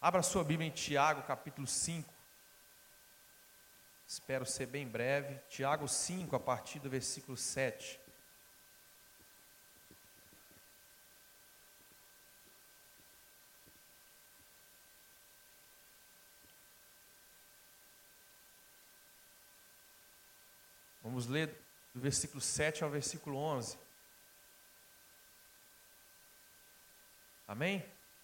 Abra sua Bíblia em Tiago, capítulo 5. Espero ser bem breve. Tiago 5, a partir do versículo 7. Vamos ler do versículo 7 ao versículo 11. Amém?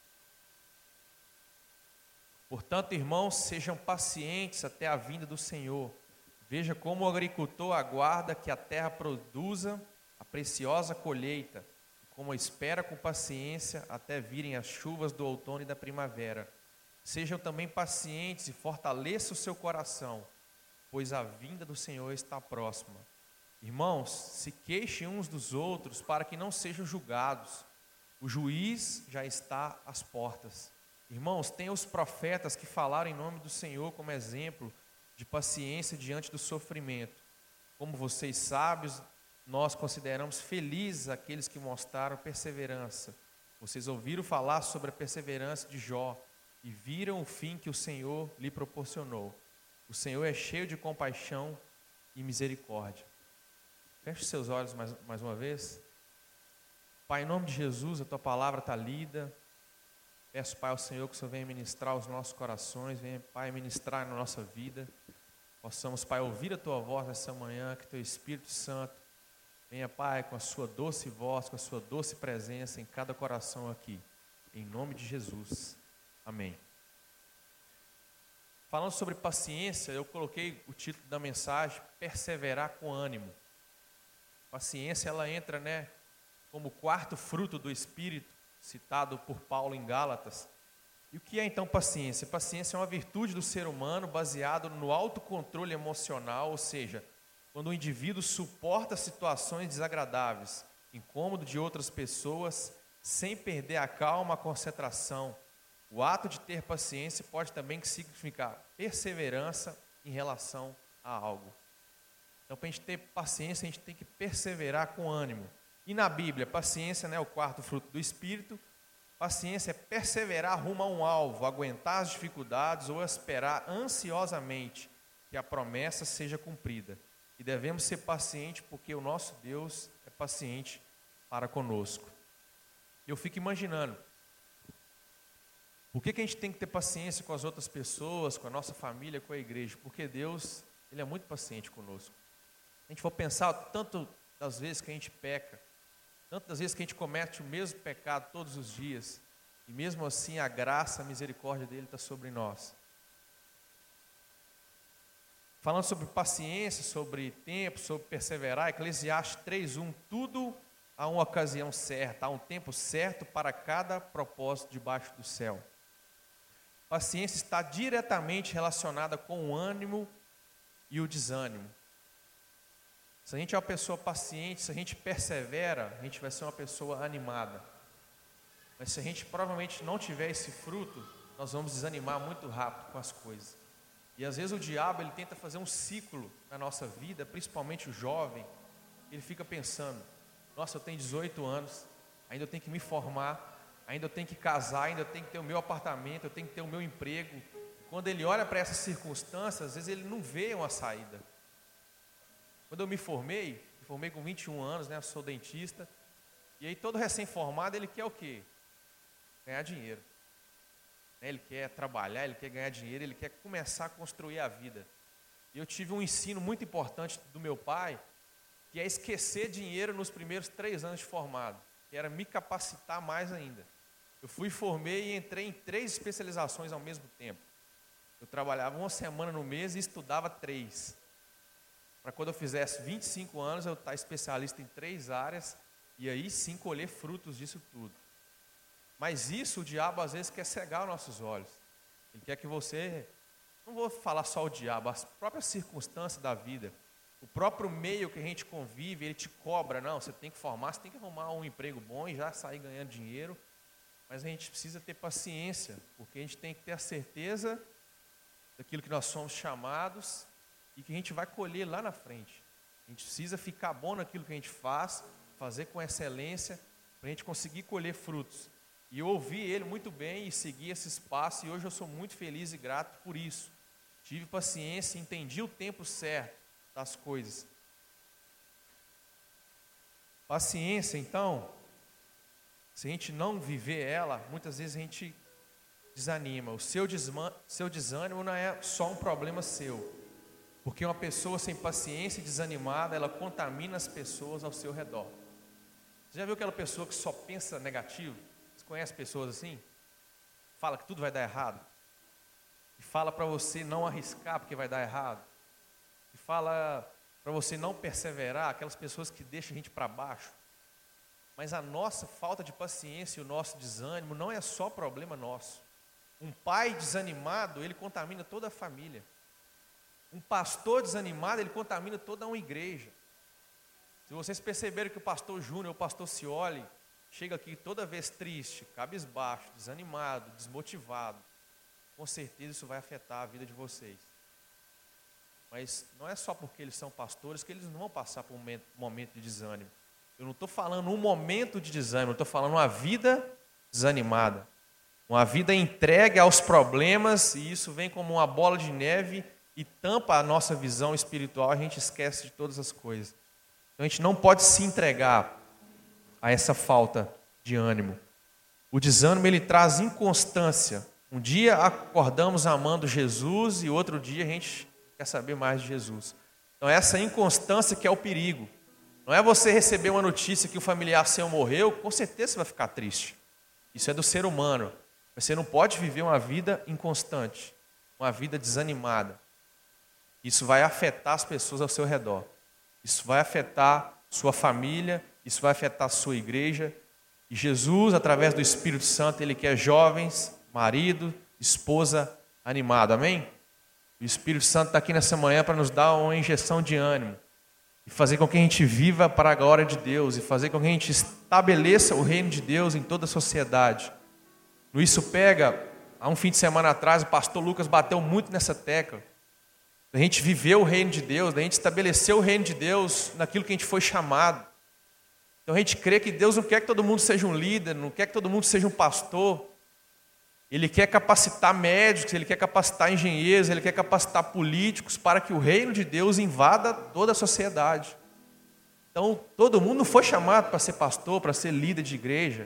Portanto, irmãos, sejam pacientes até a vinda do Senhor. Veja como o agricultor aguarda que a terra produza a preciosa colheita, como espera com paciência até virem as chuvas do outono e da primavera. Sejam também pacientes e fortaleçam o seu coração, pois a vinda do Senhor está próxima. Irmãos, se queixem uns dos outros para que não sejam julgados. O juiz já está às portas. Irmãos, tenham os profetas que falaram em nome do Senhor como exemplo de paciência diante do sofrimento. Como vocês sábios, nós consideramos felizes aqueles que mostraram perseverança. Vocês ouviram falar sobre a perseverança de Jó e viram o fim que o Senhor lhe proporcionou. O Senhor é cheio de compaixão e misericórdia. Feche seus olhos mais uma vez. Pai, em nome de Jesus, a Tua palavra está lida. Peço, Pai, ao Senhor que o Senhor venha ministrar os nossos corações, venha, Pai, ministrar na nossa vida. Possamos, Pai, ouvir a Tua voz nessa manhã, que Teu Espírito Santo venha, Pai, com a Sua doce voz, com a Sua doce presença em cada coração aqui. Em nome de Jesus. Amém. Falando sobre paciência, eu coloquei o título da mensagem, Perseverar com ânimo. Paciência, ela entra, como quarto fruto do Espírito, citado por Paulo em Gálatas. E o que é então paciência? Paciência é uma virtude do ser humano baseado no autocontrole emocional, ou seja, quando o indivíduo suporta situações desagradáveis, incômodo de outras pessoas, sem perder a calma, a concentração. O ato de ter paciência pode também significar perseverança em relação a algo. Então, para a gente ter paciência, a gente tem que perseverar com ânimo. E na Bíblia, paciência é o quarto fruto do Espírito. Paciência é perseverar rumo a um alvo, aguentar as dificuldades ou esperar ansiosamente que a promessa seja cumprida. E devemos ser pacientes porque o nosso Deus é paciente para conosco. Eu fico imaginando, por que a gente tem que ter paciência com as outras pessoas, com a nossa família, com a igreja? Porque Deus, Ele é muito paciente conosco. A gente for pensar tanto das vezes que a gente peca, tantas vezes que a gente comete o mesmo pecado todos os dias, e mesmo assim a graça, a misericórdia dele está sobre nós. Falando sobre paciência, sobre tempo, sobre perseverar, Eclesiastes 3:1, tudo há uma ocasião certa, há um tempo certo para cada propósito debaixo do céu. Paciência está diretamente relacionada com o ânimo e o desânimo. Se a gente é uma pessoa paciente, se a gente persevera, a gente vai ser uma pessoa animada. Mas se a gente provavelmente não tiver esse fruto, nós vamos desanimar muito rápido com as coisas. E às vezes o diabo, ele tenta fazer um ciclo na nossa vida, principalmente o jovem. Ele fica pensando, nossa, eu tenho 18 anos, ainda eu tenho que me formar, ainda eu tenho que casar, ainda eu tenho que ter o meu apartamento, eu tenho que ter o meu emprego. Quando ele olha para essas circunstâncias, às vezes ele não vê uma saída. Quando eu me formei com 21 anos, sou dentista, e aí todo recém-formado, ele quer o quê? Ganhar dinheiro. Ele quer trabalhar, ele quer ganhar dinheiro, ele quer começar a construir a vida. E eu tive um ensino muito importante do meu pai, que é esquecer dinheiro nos primeiros 3 anos de formado, que era me capacitar mais ainda. Eu formei e entrei em 3 especializações ao mesmo tempo. Eu trabalhava 1 semana no mês e estudava 3. Para quando eu fizesse 25 anos, eu estar especialista em 3 áreas, e aí sim colher frutos disso tudo. Mas isso o diabo às vezes quer cegar os nossos olhos. Ele quer que você, não vou falar só o diabo, as próprias circunstâncias da vida, o próprio meio que a gente convive, ele te cobra, não, você tem que formar, você tem que arrumar um emprego bom e já sair ganhando dinheiro. Mas a gente precisa ter paciência, porque a gente tem que ter a certeza daquilo que nós somos chamados e que a gente vai colher lá na frente. A gente precisa ficar bom naquilo que a gente faz, fazer com excelência, para a gente conseguir colher frutos. E eu ouvi ele muito bem e segui esse espaço, e hoje eu sou muito feliz e grato por isso. Tive paciência, entendi o tempo certo das coisas. Paciência, então, se a gente não viver ela, muitas vezes a gente desanima. O seu desânimo não é só um problema seu, porque uma pessoa sem paciência e desanimada, ela contamina as pessoas ao seu redor. Você já viu aquela pessoa que só pensa negativo? Você conhece pessoas assim? Fala que tudo vai dar errado. E fala para você não arriscar porque vai dar errado. E fala para você não perseverar, aquelas pessoas que deixam a gente para baixo. Mas a nossa falta de paciência e o nosso desânimo não é só problema nosso. Um pai desanimado, ele contamina toda a família. Um pastor desanimado, ele contamina toda uma igreja. Se vocês perceberem que o pastor Júnior, o pastor Cioli, chega aqui toda vez triste, cabisbaixo, desanimado, desmotivado, com certeza isso vai afetar a vida de vocês. Mas não é só porque eles são pastores que eles não vão passar por um momento de desânimo. Eu não estou falando um momento de desânimo, eu estou falando uma vida desanimada. Uma vida entregue aos problemas, e isso vem como uma bola de neve e tampa a nossa visão espiritual, a gente esquece de todas as coisas. Então a gente não pode se entregar a essa falta de ânimo. O desânimo, ele traz inconstância. Um dia acordamos amando Jesus e outro dia a gente quer saber mais de Jesus. Então essa inconstância que é o perigo. Não é você receber uma notícia que o familiar seu morreu, com certeza você vai ficar triste. Isso é do ser humano. Você não pode viver uma vida inconstante, uma vida desanimada. Isso vai afetar as pessoas ao seu redor. Isso vai afetar sua família, isso vai afetar sua igreja. E Jesus, através do Espírito Santo, Ele quer jovens, marido, esposa animado. Amém? O Espírito Santo está aqui nessa manhã para nos dar uma injeção de ânimo. E fazer com que a gente viva para a glória de Deus. E fazer com que a gente estabeleça o reino de Deus em toda a sociedade. No Isso Pega, há um fim de semana atrás, o pastor Lucas bateu muito nessa tecla. A gente viveu o reino de Deus, a gente estabeleceu o reino de Deus naquilo que a gente foi chamado. Então a gente crê que Deus não quer que todo mundo seja um líder, não quer que todo mundo seja um pastor. Ele quer capacitar médicos, Ele quer capacitar engenheiros, Ele quer capacitar políticos para que o reino de Deus invada toda a sociedade. Então todo mundo não foi chamado para ser pastor, para ser líder de igreja.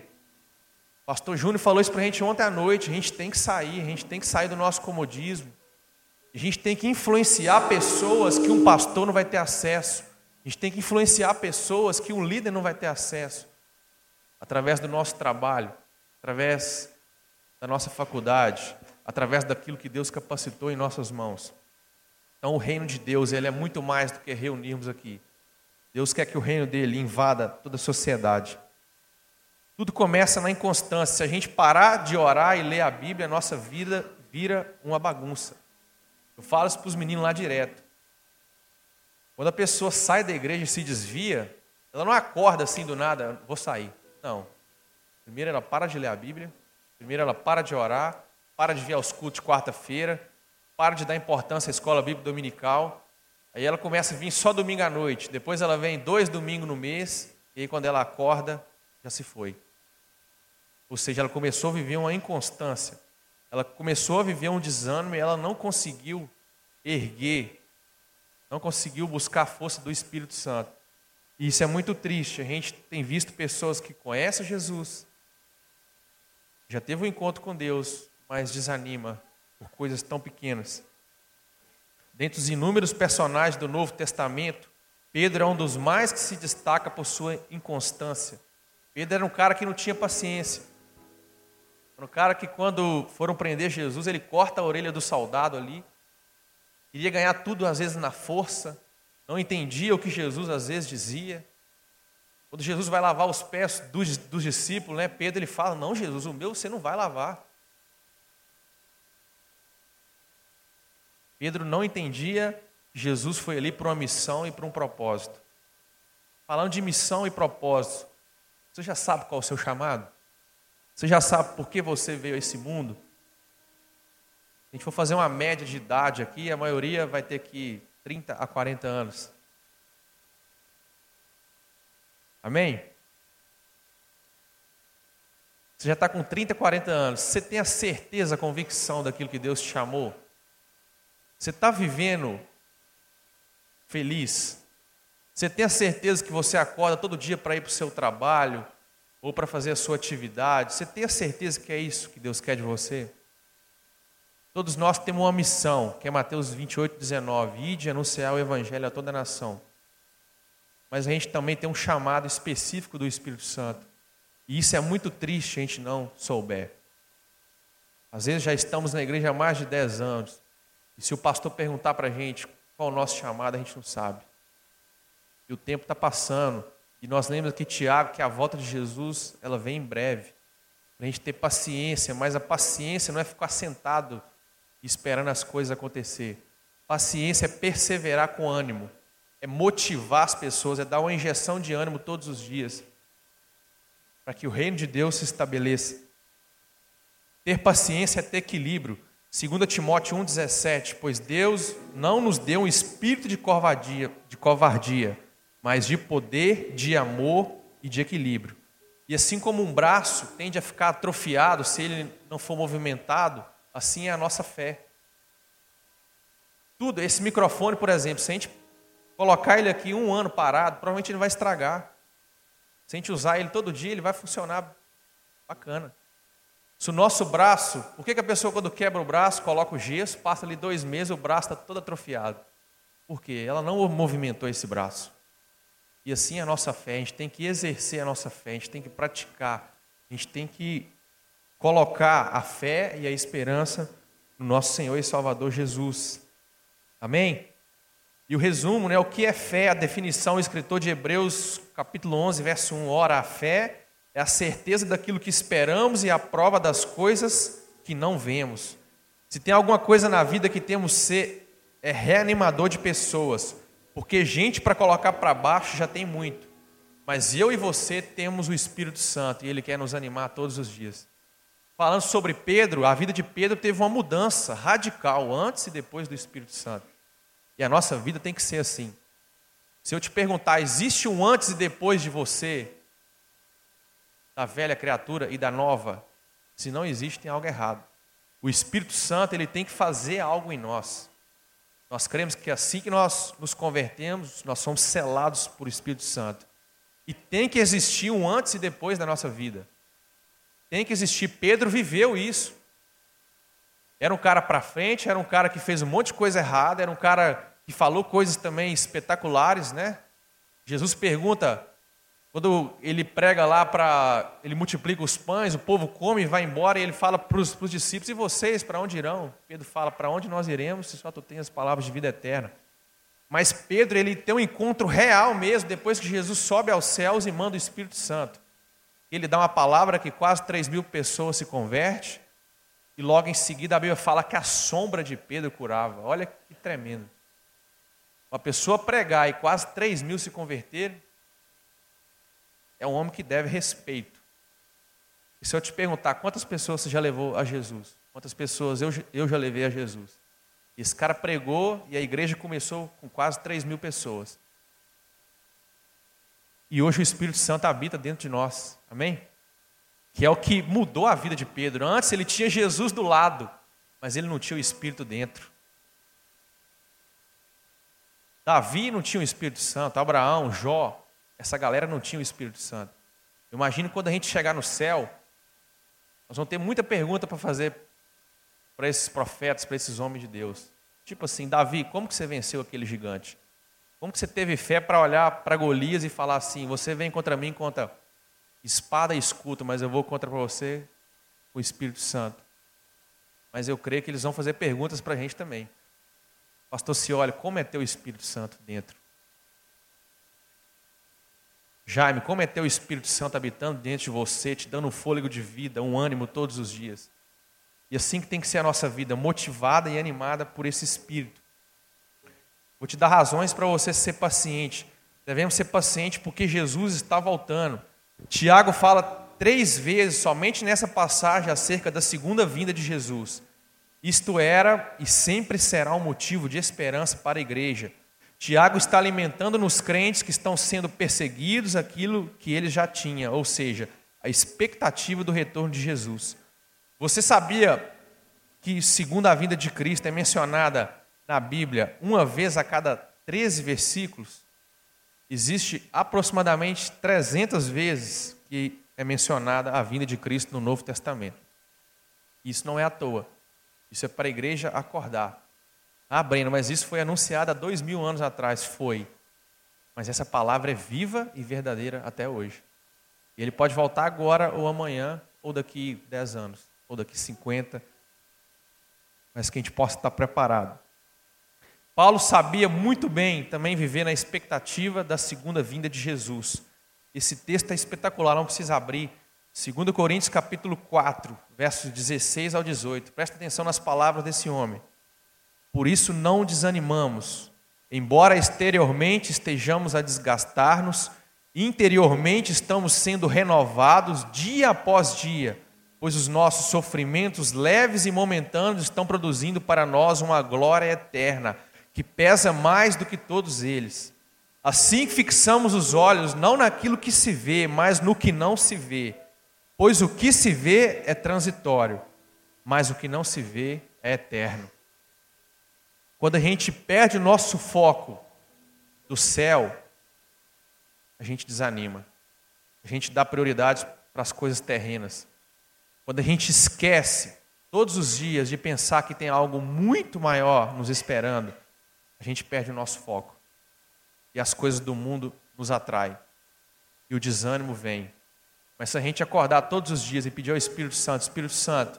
O pastor Júnior falou isso para a gente ontem à noite, a gente tem que sair do nosso comodismo. A gente tem que influenciar pessoas que um pastor não vai ter acesso. A gente tem que influenciar pessoas que um líder não vai ter acesso. Através do nosso trabalho, através da nossa faculdade, através daquilo que Deus capacitou em nossas mãos. Então o reino de Deus, ele é muito mais do que reunirmos aqui. Deus quer que o reino dele invada toda a sociedade. Tudo começa na inconstância. Se a gente parar de orar e ler a Bíblia, a nossa vida vira uma bagunça. Eu falo isso para os meninos lá direto. Quando a pessoa sai da igreja e se desvia, ela não acorda assim do nada, vou sair. Não. Primeiro ela para de ler a Bíblia, primeiro ela para de orar, para de vir aos cultos de quarta-feira, para de dar importância à escola bíblica dominical. Aí ela começa a vir só domingo à noite, depois ela vem 2 domingos no mês, e aí quando ela acorda, já se foi. Ou seja, ela começou a viver uma inconstância. Ela começou a viver um desânimo e ela não conseguiu erguer, não conseguiu buscar a força do Espírito Santo. E isso é muito triste. A gente tem visto pessoas que conhecem Jesus, já teve um encontro com Deus, mas desanima por coisas tão pequenas. Dentre os inúmeros personagens do Novo Testamento, Pedro é um dos mais que se destaca por sua inconstância. Pedro era um cara que não tinha paciência. Era um cara que quando foram prender Jesus, ele corta a orelha do soldado ali. Queria ganhar tudo às vezes na força. Não entendia o que Jesus às vezes dizia. Quando Jesus vai lavar os pés dos discípulos, né, Pedro ele fala, não Jesus, o meu você não vai lavar. Pedro não entendia que Jesus foi ali para uma missão e para um propósito. Falando de missão e propósito, você já sabe qual é o seu chamado? Você já sabe por que você veio a esse mundo? Se a gente for fazer uma média de idade aqui, a maioria vai ter que 30 a 40 anos. Amém? Você já está com 30, 40 anos. Você tem a certeza, a convicção daquilo que Deus te chamou? Você está vivendo feliz? Você tem a certeza que você acorda todo dia para ir para o seu trabalho ou para fazer a sua atividade? Você tem a certeza que é isso que Deus quer de você? Todos nós temos uma missão, que é Mateus 28, 19. Ide anunciar o evangelho a toda a nação. Mas a gente também tem um chamado específico do Espírito Santo. E isso é muito triste a gente não souber. Às vezes já estamos na igreja há mais de 10 anos. E se o pastor perguntar para a gente qual é o nosso chamado, a gente não sabe. E o tempo está passando. E nós lembramos aqui, Tiago, que a volta de Jesus, ela vem em breve. Para a gente ter paciência, mas a paciência não é ficar sentado esperando as coisas acontecer. Paciência é perseverar com ânimo. É motivar as pessoas, é dar uma injeção de ânimo todos os dias. Para que o reino de Deus se estabeleça. Ter paciência é ter equilíbrio. 2 Timóteo 1,17, pois Deus não nos deu um espírito de covardia, mas de poder, de amor e de equilíbrio. E assim como um braço tende a ficar atrofiado se ele não for movimentado, assim é a nossa fé. Tudo, esse microfone, por exemplo, se a gente colocar ele aqui 1 ano parado, provavelmente ele vai estragar. Se a gente usar ele todo dia, ele vai funcionar bacana. Se o nosso braço, por que a pessoa quando quebra o braço, coloca o gesso, passa ali 2 meses, o braço está todo atrofiado? Por quê? Ela não movimentou esse braço. E assim é a nossa fé, a gente tem que exercer a nossa fé, a gente tem que praticar, a gente tem que colocar a fé e a esperança no nosso Senhor e Salvador Jesus. Amém? E o resumo, o que é fé? A definição, o escritor de Hebreus, capítulo 11, verso 1. Ora, a fé é a certeza daquilo que esperamos e a prova das coisas que não vemos. Se tem alguma coisa na vida que temos que ser, é reanimador de pessoas. Porque gente para colocar para baixo já tem muito. Mas eu e você temos o Espírito Santo e Ele quer nos animar todos os dias. Falando sobre Pedro, a vida de Pedro teve uma mudança radical antes e depois do Espírito Santo. E a nossa vida tem que ser assim. Se eu te perguntar, existe um antes e depois de você, da velha criatura e da nova? Se não existe, tem algo errado. O Espírito Santo, ele tem que fazer algo em nós. Nós cremos que assim que nós nos convertemos, nós somos selados por Espírito Santo. E tem que existir um antes e depois da nossa vida. Tem que existir. Pedro viveu isso. Era um cara para frente, era um cara que fez um monte de coisa errada, era um cara que falou coisas também espetaculares, né? Jesus pergunta, quando ele prega lá, ele multiplica os pães, o povo come e vai embora, e ele fala para os discípulos, e vocês, para onde irão? Pedro fala, para onde nós iremos, se só tu tens as palavras de vida eterna. Mas Pedro, ele tem um encontro real mesmo, depois que Jesus sobe aos céus e manda o Espírito Santo. Ele dá uma palavra que quase 3.000 pessoas se convertem, e logo em seguida a Bíblia fala que a sombra de Pedro curava. Olha que tremendo. Uma pessoa pregar e quase 3.000 se converterem, é um homem que deve respeito. E se eu te perguntar, quantas pessoas você já levou a Jesus? Quantas pessoas eu já levei a Jesus? Esse cara pregou e a igreja começou com quase 3.000 pessoas. E hoje o Espírito Santo habita dentro de nós. Amém? Que é o que mudou a vida de Pedro. Antes ele tinha Jesus do lado, mas ele não tinha o Espírito dentro. Davi não tinha o Espírito Santo, Abraão, Jó, essa galera não tinha o Espírito Santo. Eu imagino quando a gente chegar no céu, nós vamos ter muita pergunta para fazer para esses profetas, para esses homens de Deus. Tipo assim, Davi, como que você venceu aquele gigante? Como que você teve fé para olhar para Golias e falar assim, você vem contra mim contra espada e escudo, mas eu vou contra você o Espírito Santo. Mas eu creio que eles vão fazer perguntas para a gente também. Pastor Cioli, como é ter o Espírito Santo dentro? Jaime, como é ter o Espírito Santo habitando dentro de você, te dando um fôlego de vida, um ânimo todos os dias? E assim que tem que ser a nossa vida, motivada e animada por esse Espírito. Vou te dar razões para você ser paciente. Devemos ser pacientes porque Jesus está voltando. Tiago fala 3 vezes, somente nessa passagem, acerca da segunda vinda de Jesus. Isto era e sempre será um motivo de esperança para a igreja. Tiago está alimentando nos crentes que estão sendo perseguidos aquilo que ele já tinha, ou seja, a expectativa do retorno de Jesus. Você sabia que segunda vinda de Cristo é mencionada na Bíblia uma vez a cada 13 versículos? Existe aproximadamente 300 vezes que é mencionada a vinda de Cristo no Novo Testamento. Isso não é à toa. Isso é para a igreja acordar. Ah, Breno, mas isso foi anunciado há 2000 anos atrás. Foi. Mas essa palavra é viva e verdadeira até hoje. E ele pode voltar agora ou amanhã, ou daqui 10 anos, ou daqui 50. Mas que a gente possa estar preparado. Paulo sabia muito bem também viver na expectativa da segunda vinda de Jesus. Esse texto é espetacular, não precisa abrir. 2 Coríntios capítulo 4, versos 16 ao 18. Presta atenção nas palavras desse homem. Por isso não desanimamos, embora exteriormente estejamos a desgastar-nos, interiormente estamos sendo renovados dia após dia, pois os nossos sofrimentos leves e momentâneos estão produzindo para nós uma glória eterna, que pesa mais do que todos eles. Assim fixamos os olhos não naquilo que se vê, mas no que não se vê. Pois o que se vê é transitório, mas o que não se vê é eterno. Quando a gente perde o nosso foco do céu, a gente desanima. A gente dá prioridade para as coisas terrenas. Quando a gente esquece todos os dias de pensar que tem algo muito maior nos esperando, a gente perde o nosso foco. E as coisas do mundo nos atraem. E o desânimo vem. Mas se a gente acordar todos os dias e pedir ao Espírito Santo,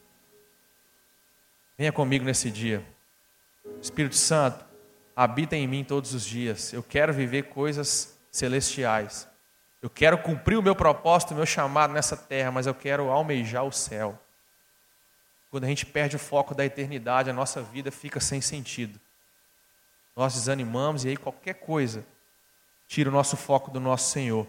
venha comigo nesse dia. Espírito Santo, habita em mim todos os dias. Eu quero viver coisas celestiais. Eu quero cumprir o meu propósito, o meu chamado nessa terra, mas eu quero almejar o céu. Quando a gente perde o foco da eternidade, a nossa vida fica sem sentido. Nós desanimamos e aí qualquer coisa tira o nosso foco do nosso Senhor.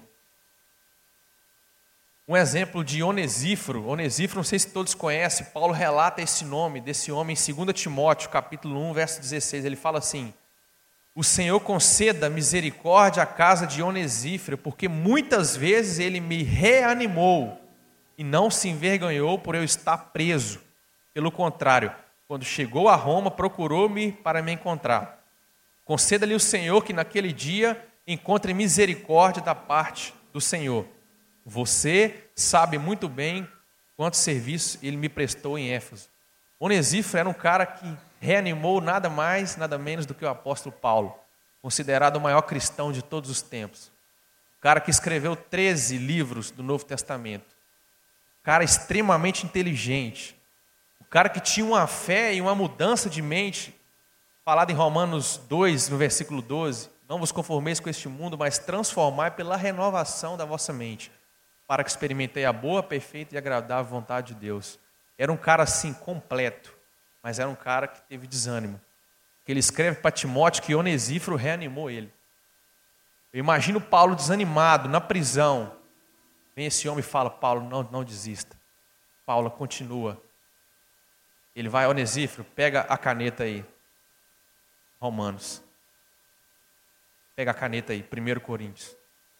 Um exemplo de Onesíforo. Onesíforo, não sei se todos conhecem, Paulo relata esse nome desse homem em 2 Timóteo, capítulo 1, verso 16. Ele fala assim: o Senhor conceda misericórdia à casa de Onesíforo, porque muitas vezes ele me reanimou e não se envergonhou por eu estar preso. Pelo contrário, quando chegou a Roma, procurou-me para me encontrar. Conceda-lhe o Senhor que naquele dia encontre misericórdia da parte do Senhor. Você sabe muito bem quanto serviço ele me prestou em Éfeso. Onesíforo era um cara que reanimou nada mais, nada menos do que o apóstolo Paulo, considerado o maior cristão de todos os tempos. O cara que escreveu 13 livros do Novo Testamento. O cara extremamente inteligente. O cara que tinha uma fé e uma mudança de mente, falado em Romanos 2, no versículo 12. Não vos conformeis com este mundo, mas transformai pela renovação da vossa mente, para que experimentei a boa, perfeita e agradável vontade de Deus. Era um cara assim, completo, mas era um cara que teve desânimo. Que ele escreve para Timóteo que Onesíforo reanimou ele. Eu imagino Paulo desanimado, na prisão. Vem esse homem e fala: Paulo, não desista. Paulo continua. Ele vai: Onesíforo, pega a caneta aí. Romanos. Pega a caneta aí, 1 Coríntios.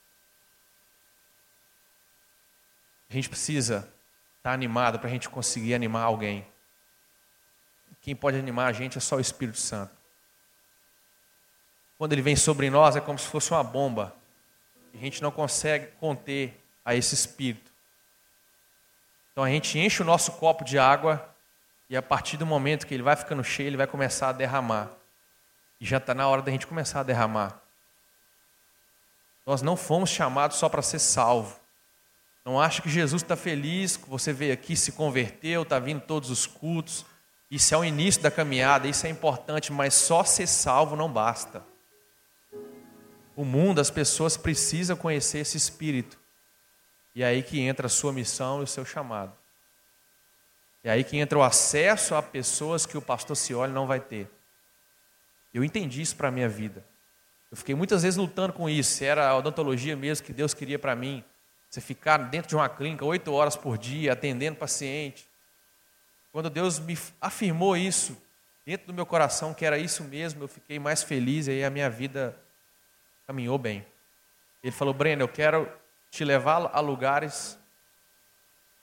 A gente precisa estar animado para a gente conseguir animar alguém. Quem pode animar a gente é só o Espírito Santo. Quando ele vem sobre nós, é como se fosse uma bomba. A gente não consegue conter a esse Espírito. Então a gente enche o nosso copo de água e a partir do momento que ele vai ficando cheio, ele vai começar a derramar. E já está na hora da gente começar a derramar. Nós não fomos chamados só para ser salvo. Não acha que Jesus está feliz, que você veio aqui, se converteu, está vindo todos os cultos. Isso é o início da caminhada, isso é importante, mas só ser salvo não basta. O mundo, as pessoas precisam conhecer esse Espírito. E é aí que entra a sua missão e o seu chamado. É aí que entra o acesso a pessoas que o pastor Cioli não vai ter. Eu entendi isso para a minha vida. Eu fiquei muitas vezes lutando com isso. Se era a odontologia mesmo que Deus queria para mim. Você ficar dentro de uma clínica 8 horas por dia, atendendo paciente. Quando Deus me afirmou isso, dentro do meu coração, que era isso mesmo, eu fiquei mais feliz e aí a minha vida caminhou bem. Ele falou: Breno, eu quero te levar a lugares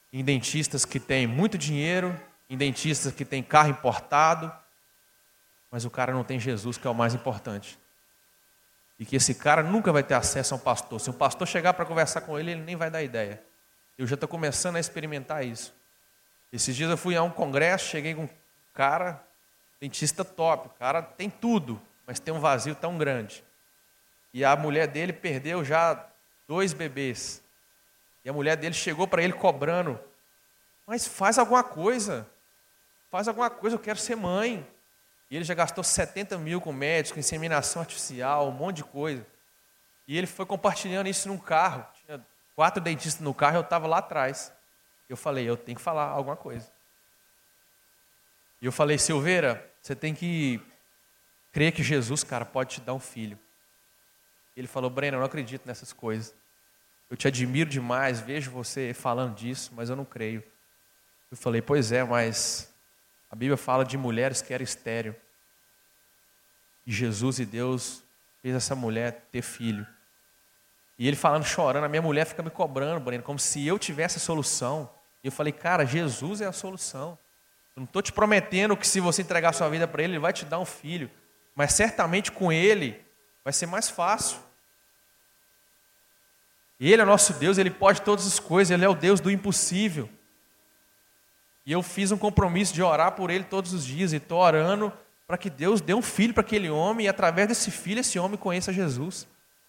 em dentistas que têm muito dinheiro, em dentistas que têm carro importado, mas o cara não tem Jesus, que é o mais importante. E que esse cara nunca vai ter acesso a um pastor. Se um pastor chegar para conversar com ele, ele nem vai dar ideia. Eu já estou começando a experimentar isso. Esses dias eu fui a um congresso, cheguei com um cara, dentista top, o cara tem tudo, mas tem um vazio tão grande. E a mulher dele perdeu já 2 bebês. E a mulher dele chegou para ele cobrando, mas faz alguma coisa, eu quero ser mãe. E ele já gastou 70 mil com médicos, com inseminação artificial, um monte de coisa. E ele foi compartilhando isso num carro. Tinha 4 dentistas no carro, eu estava lá atrás. Eu falei, eu tenho que falar alguma coisa. E eu falei, Silveira, você tem que crer que Jesus, cara, pode te dar um filho. Ele falou, Breno, eu não acredito nessas coisas. Eu te admiro demais, vejo você falando disso, mas eu não creio. Eu falei, pois é, mas a Bíblia fala de mulheres que eram estéril. E Jesus e Deus fez essa mulher ter filho. E ele falando, chorando, a minha mulher fica me cobrando, Breno, como se eu tivesse a solução. E eu falei, cara, Jesus é a solução. Eu não estou te prometendo que se você entregar sua vida para Ele, Ele vai te dar um filho. Mas certamente com Ele vai ser mais fácil. Ele é nosso Deus, Ele pode todas as coisas, Ele é o Deus do impossível. E eu fiz um compromisso de orar por ele todos os dias, e estou orando para que Deus dê um filho para aquele homem, e através desse filho, esse homem conheça Jesus.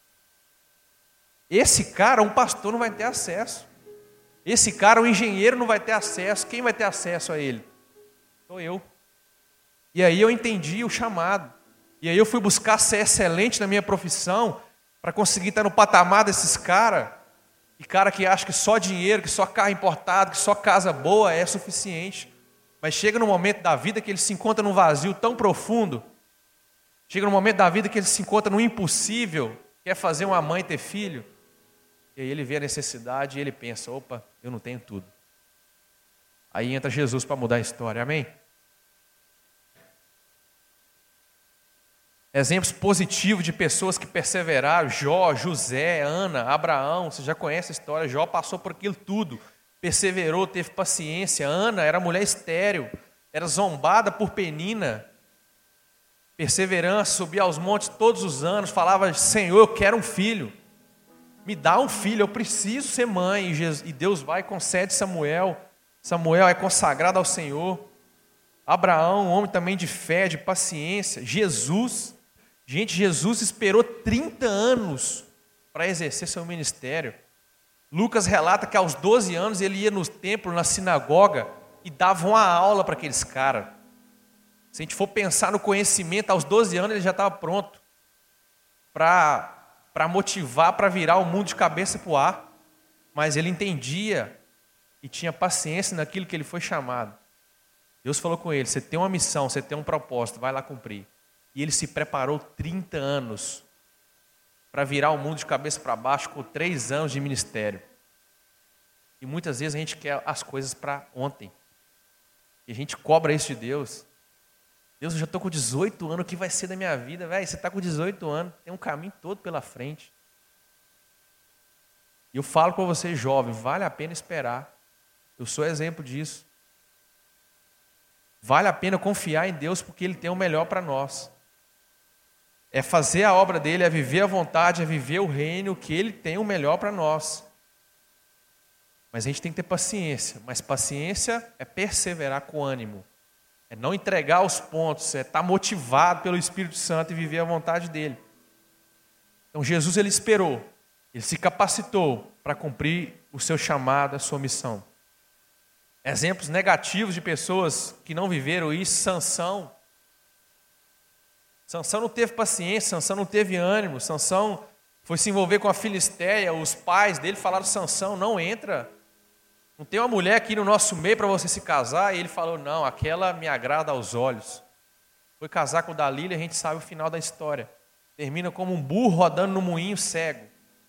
Esse cara, um pastor não vai ter acesso. Esse cara, um engenheiro não vai ter acesso. Quem vai ter acesso a ele? Sou eu. E aí eu entendi o chamado. E aí eu fui buscar ser excelente na minha profissão, para conseguir estar no patamar desses caras. E cara que acha que só dinheiro, que só carro importado, que só casa boa é suficiente. Mas chega no momento da vida que ele se encontra num vazio tão profundo. Chega no momento da vida que ele se encontra no impossível, quer fazer uma mãe ter filho. E aí ele vê a necessidade e ele pensa, opa, eu não tenho tudo. Aí entra Jesus para mudar a história, amém? Exemplos positivos de pessoas que perseveraram, Jó, José, Ana, Abraão, você já conhece a história, Jó passou por aquilo tudo, perseverou, teve paciência. Ana era mulher estéril, era zombada por Penina, perseverança, subia aos montes todos os anos, falava, Senhor, eu quero um filho, me dá um filho, eu preciso ser mãe. E Deus vai e concede Samuel. Samuel é consagrado ao Senhor. Abraão, um homem também de fé, de paciência. Jesus esperou 30 anos para exercer seu ministério. Lucas relata que aos 12 anos ele ia no templo, na sinagoga, e dava uma aula para aqueles caras. Se a gente for pensar no conhecimento, aos 12 anos ele já estava pronto para motivar, para virar o mundo de cabeça para o ar. Mas ele entendia e tinha paciência naquilo que ele foi chamado. Deus falou com ele, você tem uma missão, você tem um propósito, vai lá cumprir. E ele se preparou 30 anos para virar o mundo de cabeça para baixo com 3 anos de ministério. E muitas vezes a gente quer as coisas para ontem. E a gente cobra isso de Deus. Deus, eu já estou com 18 anos, o que vai ser da minha vida? Véio, você está com 18 anos, tem um caminho todo pela frente. E eu falo com você, jovem, vale a pena esperar. Eu sou exemplo disso. Vale a pena confiar em Deus porque Ele tem o melhor para nós. É fazer a obra dEle, é viver a vontade, é viver o reino, que Ele tem o melhor para nós. Mas a gente tem que ter paciência. Mas paciência é perseverar com ânimo. É não entregar os pontos, é estar motivado pelo Espírito Santo e viver a vontade dEle. Então Jesus, Ele esperou. Ele se capacitou para cumprir o seu chamado, a sua missão. Exemplos negativos de pessoas que não viveram isso, Sansão. Sansão não teve paciência, Sansão não teve ânimo, Sansão foi se envolver com a Filisteia, os pais dele falaram, Sansão, não entra, não tem uma mulher aqui no nosso meio para você se casar, e ele falou, não, aquela me agrada aos olhos. Foi casar com Dalila e a gente sabe o final da história. Termina como um burro rodando no moinho cego.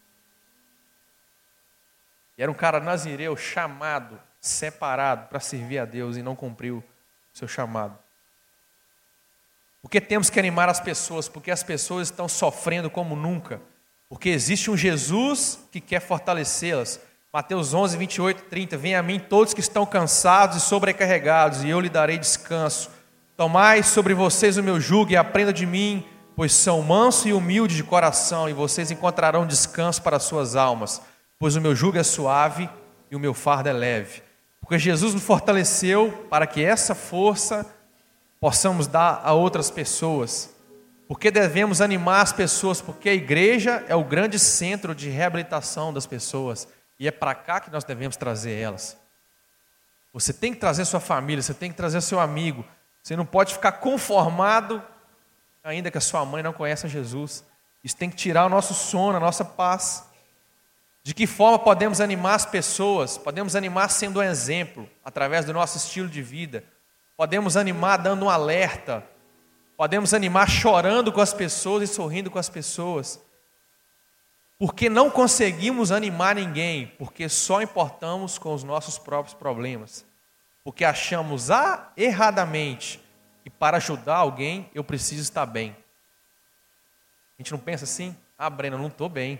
E era um cara nazireu, chamado, separado para servir a Deus e não cumpriu o seu chamado. Porque temos que animar as pessoas, porque as pessoas estão sofrendo como nunca, porque existe um Jesus que quer fortalecê-las, Mateus 11, 28, 30. Venham a mim todos que estão cansados e sobrecarregados, e eu lhe darei descanso. Tomai sobre vocês o meu jugo e aprendam de mim, pois são manso e humilde de coração, e vocês encontrarão descanso para as suas almas. Pois o meu jugo é suave e o meu fardo é leve. Porque Jesus nos fortaleceu para que essa força possamos dar a outras pessoas. Porque devemos animar as pessoas, porque a igreja é o grande centro de reabilitação das pessoas. E é para cá que nós devemos trazer elas. Você tem que trazer sua família, você tem que trazer seu amigo. Você não pode ficar conformado, ainda que a sua mãe não conheça Jesus. Isso tem que tirar o nosso sono, a nossa paz. De que forma podemos animar as pessoas? Podemos animar sendo um exemplo, através do nosso estilo de vida. Podemos animar dando um alerta. Podemos animar chorando com as pessoas e sorrindo com as pessoas. Porque não conseguimos animar ninguém, porque só importamos com os nossos próprios problemas. Porque achamos erradamente que para ajudar alguém eu preciso estar bem. A gente não pensa assim? Breno, eu não estou bem.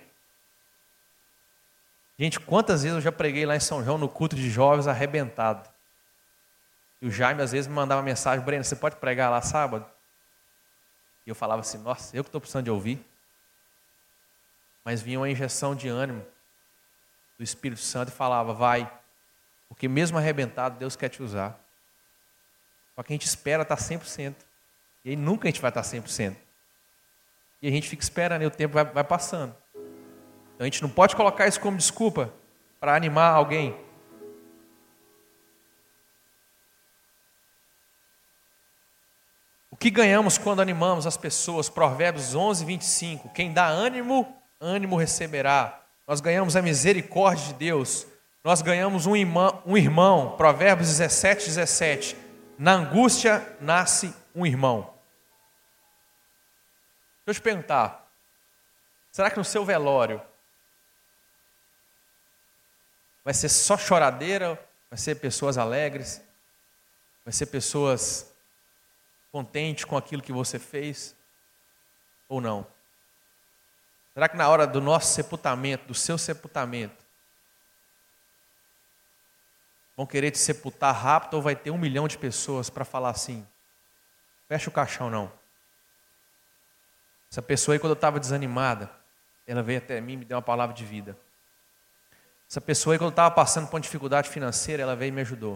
Gente, quantas vezes eu já preguei lá em São João no culto de jovens arrebentado. E o Jaime às vezes me mandava mensagem: Breno, você pode pregar lá sábado? E eu falava assim: nossa, eu que estou precisando de ouvir. Mas vinha uma injeção de ânimo do Espírito Santo e falava: vai, porque mesmo arrebentado Deus quer te usar. Só que a gente espera estar 100%. E aí nunca a gente vai estar 100%. E a gente fica esperando e o tempo vai passando. Então a gente não pode colocar isso como desculpa para animar alguém. O que ganhamos quando animamos as pessoas? Provérbios 11, 25. Quem dá ânimo, ânimo receberá. Nós ganhamos a misericórdia de Deus. Nós ganhamos um irmão. Provérbios 17, 17. Na angústia nasce um irmão. Deixa eu te perguntar. Será que no seu velório vai ser só choradeira? Vai ser pessoas alegres? Vai ser pessoas contentes com aquilo que você fez? Ou não? Será que na hora do nosso sepultamento, do seu sepultamento, vão querer te sepultar rápido ou vai ter 1 milhão de pessoas para falar assim: fecha o caixão não? Essa pessoa aí, quando eu estava desanimada, ela veio até mim e me deu uma palavra de vida. Essa pessoa aí, quando eu estava passando por uma dificuldade financeira, ela veio e me ajudou.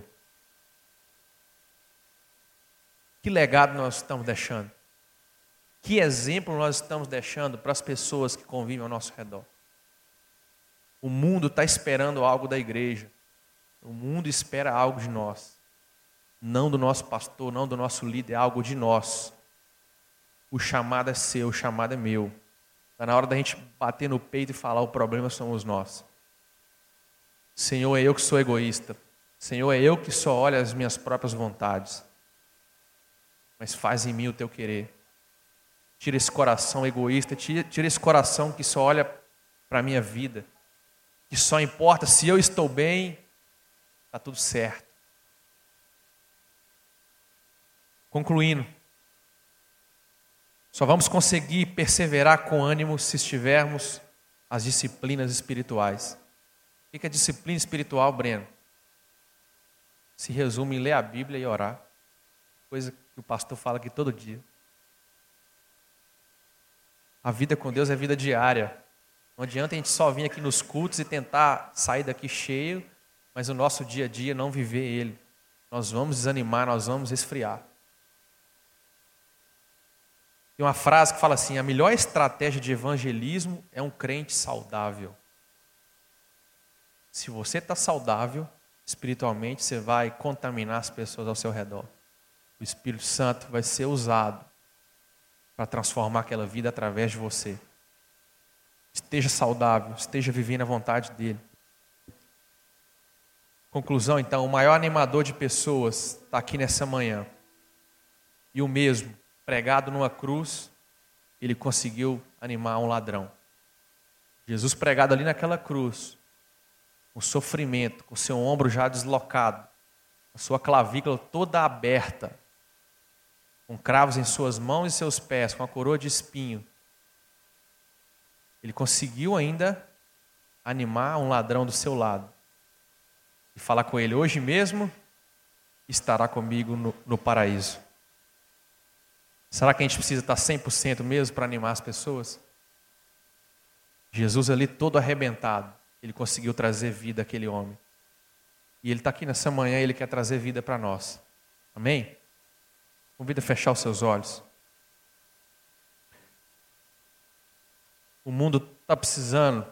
Que legado nós estamos deixando? Que exemplo nós estamos deixando para as pessoas que convivem ao nosso redor? O mundo está esperando algo da igreja. O mundo espera algo de nós. Não do nosso pastor, não do nosso líder, algo de nós. O chamado é seu, o chamado é meu. Está na hora da gente bater no peito e falar: o problema somos nós. Senhor, é eu que sou egoísta. Senhor, é eu que só olho as minhas próprias vontades. Mas faz em mim o teu querer. Tira esse coração egoísta, tira esse coração que só olha para a minha vida, que só importa se eu estou bem, está tudo certo. Concluindo, só vamos conseguir perseverar com ânimo se estivermos as disciplinas espirituais. O que é disciplina espiritual, Breno? Se resume em ler a Bíblia e orar. Coisa que o pastor fala aqui todo dia. A vida com Deus é vida diária. Não adianta a gente só vir aqui nos cultos e tentar sair daqui cheio, mas o nosso dia a dia não viver ele. Nós vamos desanimar, nós vamos esfriar. Tem uma frase que fala assim: a melhor estratégia de evangelismo é um crente saudável. Se você está saudável, espiritualmente, você vai contaminar as pessoas ao seu redor. O Espírito Santo vai ser usado para transformar aquela vida através de você. Esteja saudável, esteja vivendo a vontade dele. Conclusão, então: o maior animador de pessoas está aqui nessa manhã. E o mesmo, pregado numa cruz, ele conseguiu animar um ladrão. Jesus pregado ali naquela cruz, com sofrimento, com seu ombro já deslocado, a sua clavícula toda aberta, com cravos em suas mãos e seus pés, com a coroa de espinho. Ele conseguiu ainda animar um ladrão do seu lado e falar com ele: hoje mesmo estará comigo no paraíso? Será que a gente precisa estar 100% mesmo para animar as pessoas? Jesus ali todo arrebentado, ele conseguiu trazer vida àquele homem. E ele está aqui nessa manhã e ele quer trazer vida para nós. Amém? Convido a fechar os seus olhos. O mundo está precisando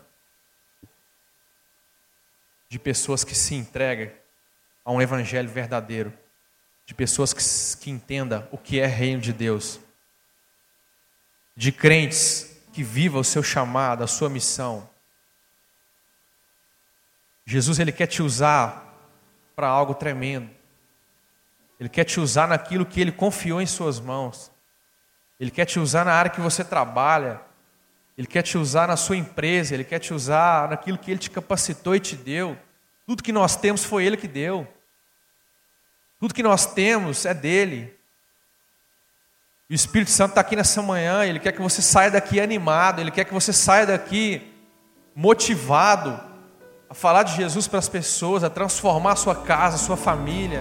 de pessoas que se entregam a um evangelho verdadeiro, de pessoas que entendam o que é reino de Deus, de crentes que vivam o seu chamado, a sua missão. Jesus, ele quer te usar para algo tremendo. Ele quer te usar naquilo que ele confiou em suas mãos. Ele quer te usar na área que você trabalha. Ele quer te usar na sua empresa. Ele quer te usar naquilo que ele te capacitou e te deu. Tudo que nós temos foi ele que deu. Tudo que nós temos é dele. E o Espírito Santo está aqui nessa manhã. Ele quer que você saia daqui animado. Ele quer que você saia daqui motivado a falar de Jesus para as pessoas, a transformar a sua casa, a sua família.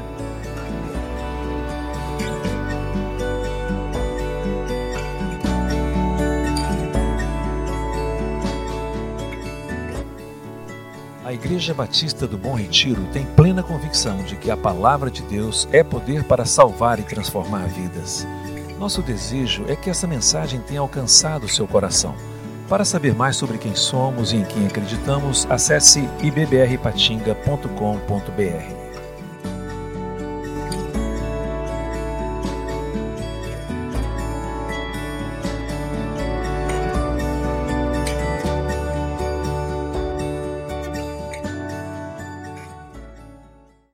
A Igreja Batista do Bom Retiro tem plena convicção de que a palavra de Deus é poder para salvar e transformar vidas. Nosso desejo é que essa mensagem tenha alcançado o seu coração. Para saber mais sobre quem somos e em quem acreditamos, acesse ibbrpatinga.com.br.